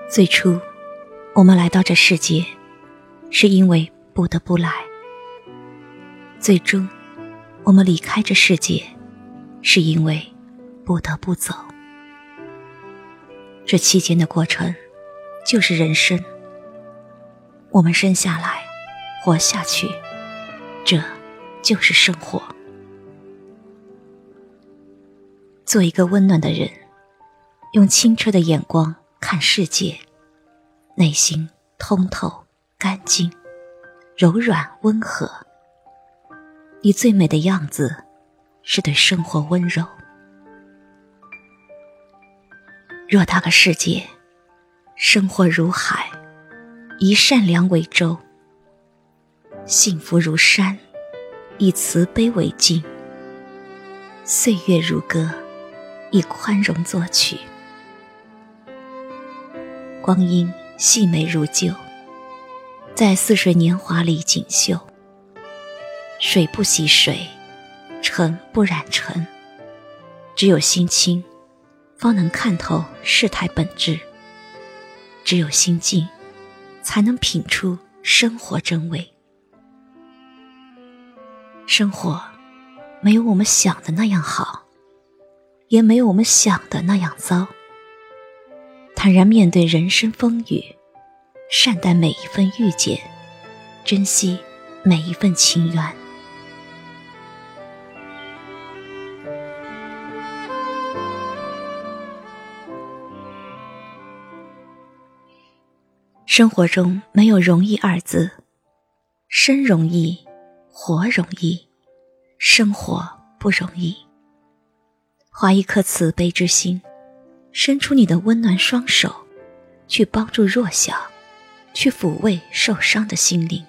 最初，我们来到这世界，是因为不得不来；最终，我们离开这世界，是因为不得不走。这期间的过程，就是人生。我们生下来，活下去，这就是生活。做一个温暖的人，用清澈的眼光看世界，内心通透、干净、柔软、温和。你最美的样子，是对生活温柔。若大个世界，生活如海，以善良为舟；幸福如山，以慈悲为镜；岁月如歌，以宽容作曲。光阴细美如旧，在似水年华里锦绣。水不洗水，尘不染尘，只有心清，方能看透事态本质；只有心静，才能品出生活真味。生活没有我们想的那样好，也没有我们想的那样糟。坦然面对人生风雨，善待每一份遇见，珍惜每一份情缘。生活中没有容易二字，生容易，活容易，生活不容易。怀一颗慈悲之心，伸出你的温暖双手，去帮助弱小，去抚慰受伤的心灵。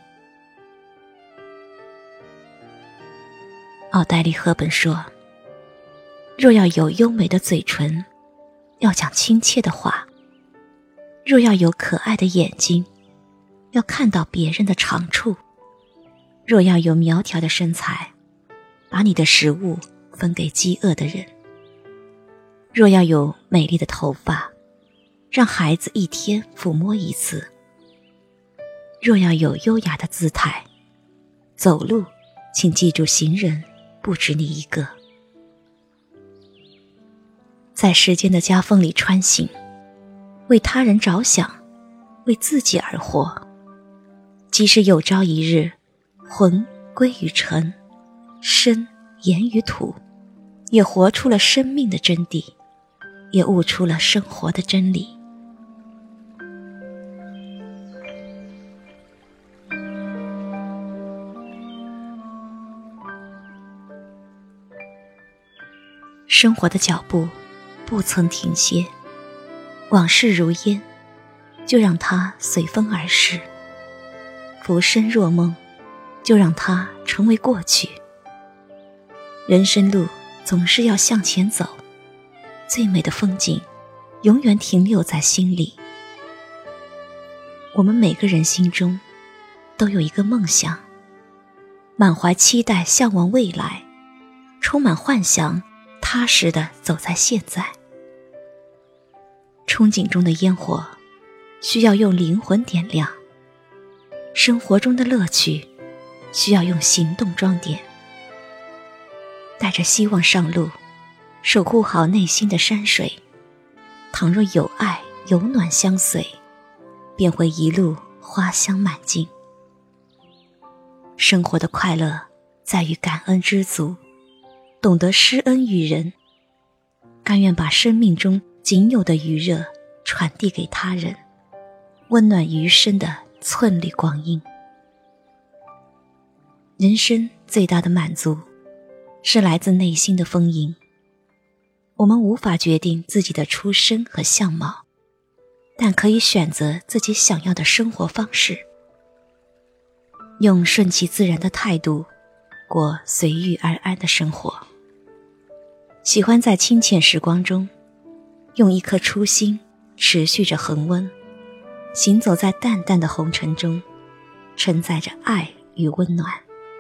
奥黛丽·赫本说，若要有优美的嘴唇，要讲亲切的话；若要有可爱的眼睛，要看到别人的长处；若要有苗条的身材，把你的食物分给饥饿的人；若要有美丽的头发，让孩子一天抚摸一次；若要有优雅的姿态，走路请记住行人不止你一个。在时间的夹缝里穿行，为他人着想，为自己而活。即使有朝一日魂归于尘，身言于土，也活出了生命的真谛，也悟出了生活的真理。生活的脚步不曾停歇，往事如烟，就让它随风而逝；浮生若梦，就让它成为过去。人生路总是要向前走，最美的风景永远停留在心里。我们每个人心中都有一个梦想，满怀期待向往未来，充满幻想，踏实地走在现在。憧憬中的烟火需要用灵魂点亮，生活中的乐趣需要用行动装点。带着希望上路，守护好内心的山水。倘若有爱有暖相随，便会一路花香满径。生活的快乐在于感恩知足，懂得施恩于人，甘愿把生命中仅有的余热传递给他人，温暖余生的寸缕光阴。人生最大的满足，是来自内心的丰盈。我们无法决定自己的出身和相貌，但可以选择自己想要的生活方式，用顺其自然的态度过随遇而安的生活。喜欢在清浅时光中，用一颗初心持续着恒温，行走在淡淡的红尘中，承载着爱与温暖。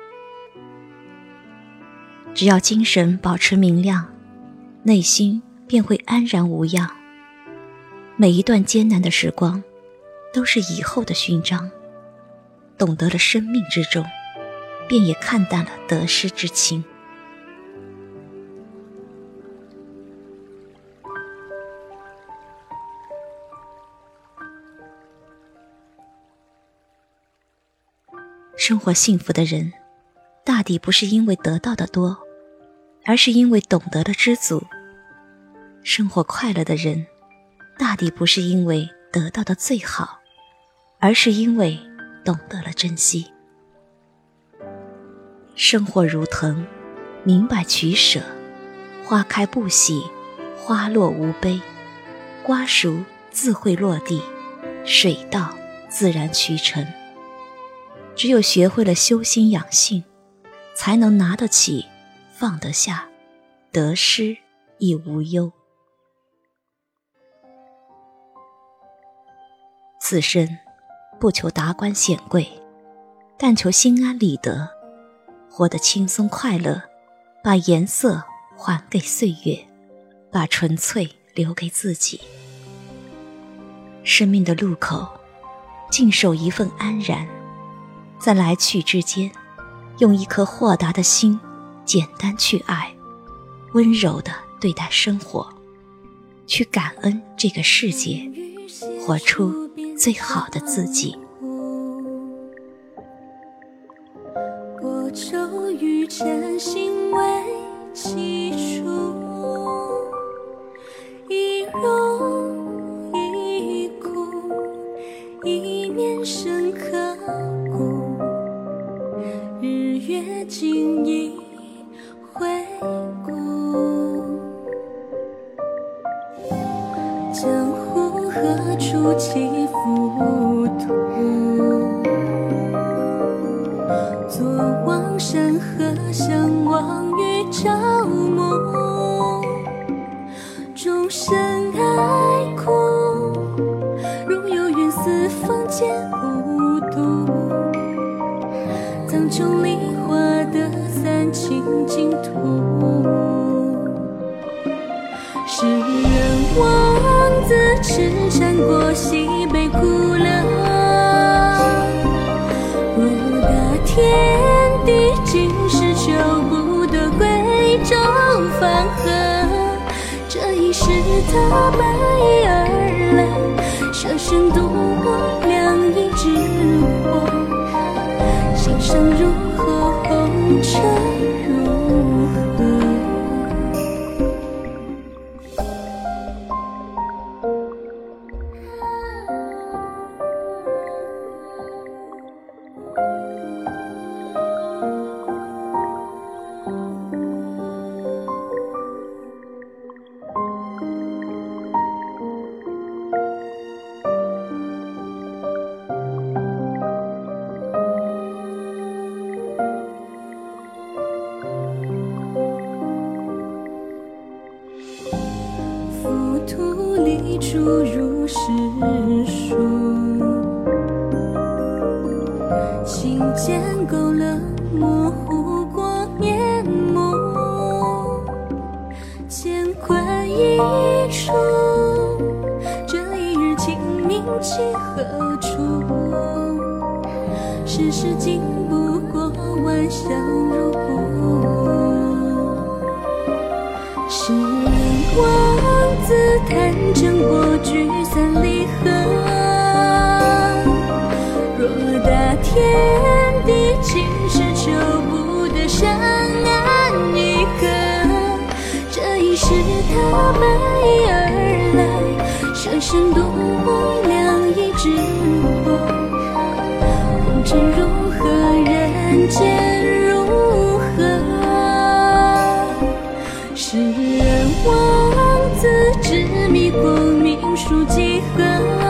只要精神保持明亮，内心便会安然无恙。 每一段艰难的时光都是以后的勋章，懂得了生命之重，便也看淡了得失之轻。生活幸福的人，大抵不是因为得到的多，而是因为懂得了知足。生活快乐的人，大抵不是因为得到的最好，而是因为懂得了珍惜。生活如藤，明白取舍，花开不喜，花落无悲，瓜熟自会落地，水到自然渠成。只有学会了修心养性，才能拿得起，放得下，得失亦无忧。此生不求达官显贵，但求心安理得，活得轻松快乐，把颜色还给岁月，把纯粹留给自己。生命的路口，静守一份安然，在来去之间，用一颗豁达的心，简单去爱，温柔地对待生活，去感恩这个世界，活出最好的自己。 薄舟与禅心为基础，一荣一苦，一面深刻骨，日月静一回顾，江湖何处起伏途，坐望山河，相望与朝暮，众生爱苦，如有缘四方皆无度，藏中梨花的三清净土，世人望自痴缠过西北苦乐，若大天地今世求不得贵州芳和，这一世他白衣而来，舍身渡我两仪之火，心上如何红尘如何。浮屠立出如世俗，心间勾勒模糊过面目，乾坤一处，这一日清明起何处？世事经不过万象如雾，世人望自贪嗔过聚散离合，若大天地今世求不得相安一和，这一世他白衣而来，舍身渡我两仪之火，红尘如何人间如何，世人望自执迷过命数几何，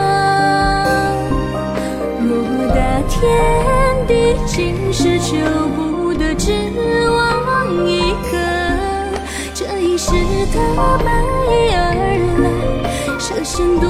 若大天地今世求不得只望一颗，这一世他白衣而来，舍身渡